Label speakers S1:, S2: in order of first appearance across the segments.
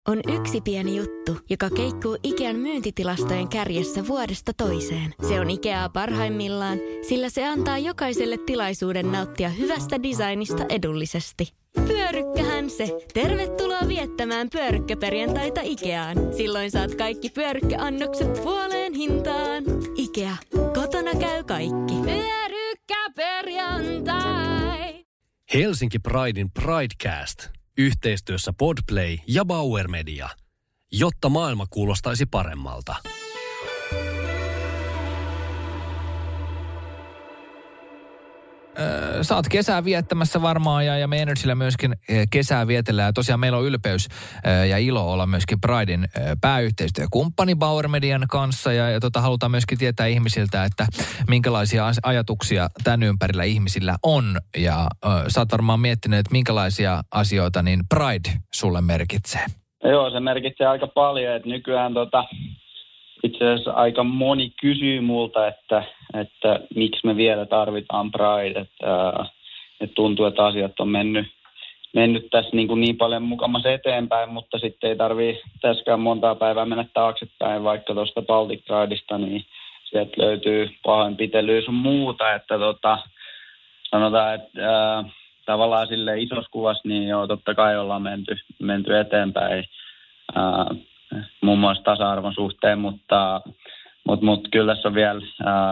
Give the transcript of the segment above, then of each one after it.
S1: On yksi pieni juttu, joka keikkuu Ikean myyntitilastojen kärjessä vuodesta toiseen. Se on Ikeaa parhaimmillaan, sillä se antaa jokaiselle tilaisuuden nauttia hyvästä designista edullisesti. Pyörykkähän se! Tervetuloa viettämään pyörykkäperjantaita Ikeaan. Silloin saat kaikki pyörykkäannokset puoleen hintaan. Ikea. Kotona käy kaikki. Pyörykkäperjantai!
S2: Helsinki Pridein Pridecast. Yhteistyössä Podplay ja Bauer Media. Jotta maailma kuulostaisi paremmalta.
S3: Sä oot kesää viettämässä varmaan ja me Energyllä myöskin kesää vietellään. Ja tosiaan meillä on ylpeys ja ilo olla myöskin Pridein pääyhteistyökumppani Bauer Median kanssa. Ja halutaan myöskin tietää ihmisiltä, että minkälaisia ajatuksia tämän ympärillä ihmisillä on. Ja sä oot varmaan miettinyt, että minkälaisia asioita niin Pride sulle merkitsee.
S4: Joo, se merkitsee aika paljon. Että nykyään itse asiassa aika moni kysyy multa, että miksi me vielä tarvitaan Pride. Että tuntuu, että asiat on mennyt tässä niin paljon mukamassa eteenpäin, mutta sitten ei tarvitse tässäkään montaa päivää mennä taaksepäin, vaikka tuosta Baltic Prideista, niin sieltä löytyy pahoinpitelyä sun muuta. Että sanotaan, että tavallaan sille isossa kuvassa, niin joo, totta kai ollaan menty eteenpäin. Muun muassa tasa-arvon suhteen, mutta kyllä tässä on vielä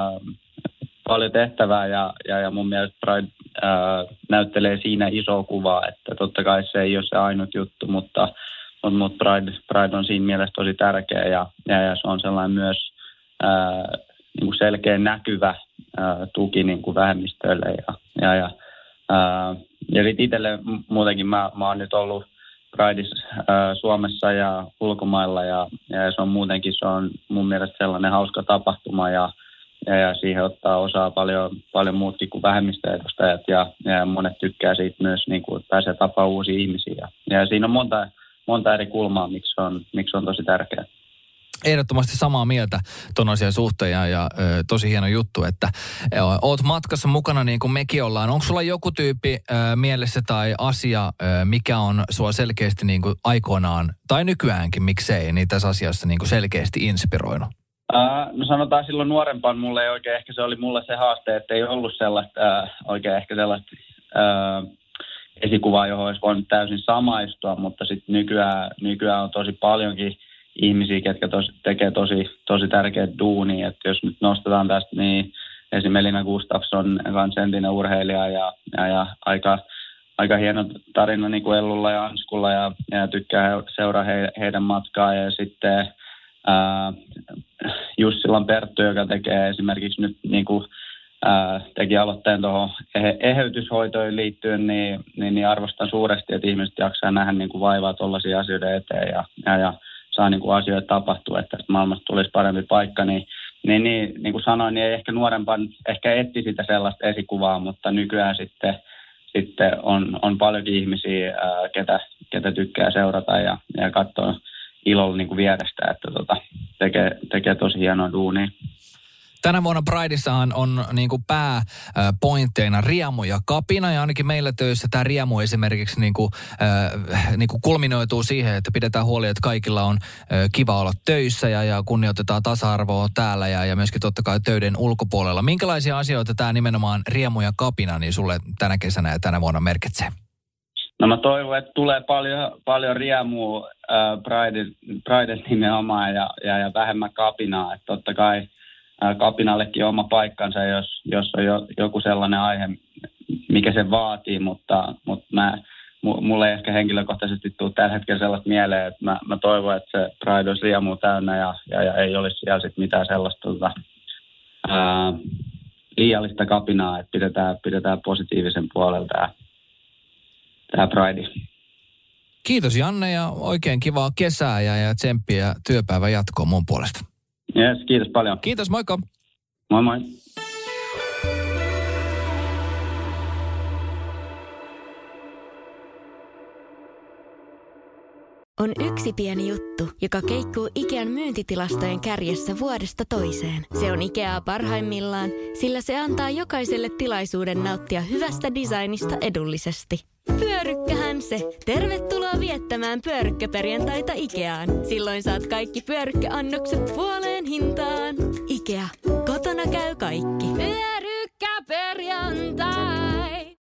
S4: paljon tehtävää ja mun mielestä Pride näyttelee siinä isoa kuvaa, että totta kai se ei ole se ainut juttu, mutta Pride on siinä mielessä tosi tärkeä ja se on sellainen myös niin kuin selkeä näkyvä tuki niin kuin vähemmistöille ja sitten itselle muutenkin mä oon nyt ollut Prideissa Suomessa ja ulkomailla ja se on muutenkin mun mielestä sellainen hauska tapahtuma ja siihen ottaa osaa paljon muutkin kuin vähemmistöedustajat ja monet tykkää siitä myös, niin kuin, että pääsee tapaamaan uusia ihmisiä ja siinä on monta eri kulmaa, miksi on tosi tärkeää.
S3: Ehdottomasti samaa mieltä ton asian suhteen ja tosi hieno juttu, että oot matkassa mukana niin kuin mekin ollaan. Onko sulla joku tyyppi mielessä tai asia, mikä on sua selkeästi niin kuin aikoinaan tai nykyäänkin, miksei, niin tässä asiassa niin kuin selkeästi inspiroinut?
S4: No sanotaan silloin nuorempaan mulle ei oikein, ehkä se oli mulle se haaste, että ei ollut sellaista oikein ehkä sellaista esikuvaa, johon olisi voinut täysin samaistua, mutta sitten nykyään on tosi paljonkin ihmisiä, ketkä tekee tosi tärkeää duunia. Että jos nyt nostetaan tästä, niin esimerkiksi Elina Gustafsson, kanssa entinen urheilija ja aika hieno tarina niin kuin Ellulla ja Anskulla ja tykkää seuraa heidän matkaa. Ja sitten Jussilan Perttu, joka tekee esimerkiksi nyt niin kuin, teki aloitteen tuohon eheytyshoitoihin liittyen, niin arvostan suuresti, että ihmiset jaksaa nähdä niin kuin vaivaa tuollaisia asioiden eteen ja saa niin kuin asioita tapahtua, että tästä maailmasta tulisi parempi paikka, niin kuin sanoin, niin ei ehkä nuorempaan ehkä etsi sitä sellaista esikuvaa, mutta nykyään sitten on paljonkin ihmisiä, ketä tykkää seurata ja katsoa ilolla niin kuin vierestä, että tekee tosi hienoa duunia.
S3: Tänä vuonna Prideissahan on niin kuin pääpointteina riemu ja kapina, ja ainakin meillä töissä tämä riemu esimerkiksi niin kuin kulminoituu siihen, että pidetään huoli, että kaikilla on kiva olla töissä ja kunnioitetaan tasa-arvoa täällä ja myöskin totta kai töiden ulkopuolella. Minkälaisia asioita tämä nimenomaan riemu ja kapina niin sulle tänä kesänä ja tänä vuonna merkitsee?
S4: No mä toivon, että tulee paljon riemua Priden nimenomaan ja vähemmän kapinaa, että totta kai kapinallekin on oma paikkansa, jos on joku sellainen aihe, mikä se vaatii, mutta mulle ei ehkä henkilökohtaisesti tule tällä hetkellä sellaista mieleen, että mä toivon, että se Pride olisi riemua täynnä ja ei olisi siellä sit mitään sellaista liiallista kapinaa, että pidetään positiivisen puolelta tämä Pride.
S3: Kiitos Janne ja oikein kivaa kesää ja tsemppiä työpäivän jatkoon mun puolesta.
S4: Yes, kiitos paljon.
S3: Kiitos, moikka.
S4: Moi moi.
S1: On yksi pieni juttu, joka keikkuu Ikean myyntitilastojen kärjessä vuodesta toiseen. Se on Ikeaa parhaimmillaan, sillä se antaa jokaiselle tilaisuuden nauttia hyvästä designista edullisesti. Pyörykkähän se. Tervetuloa viettämään pyörykkäperjantaita Ikeaan. Silloin saat kaikki pyörykkäannokset puoleen hintaan. Ikea. Kotona käy kaikki.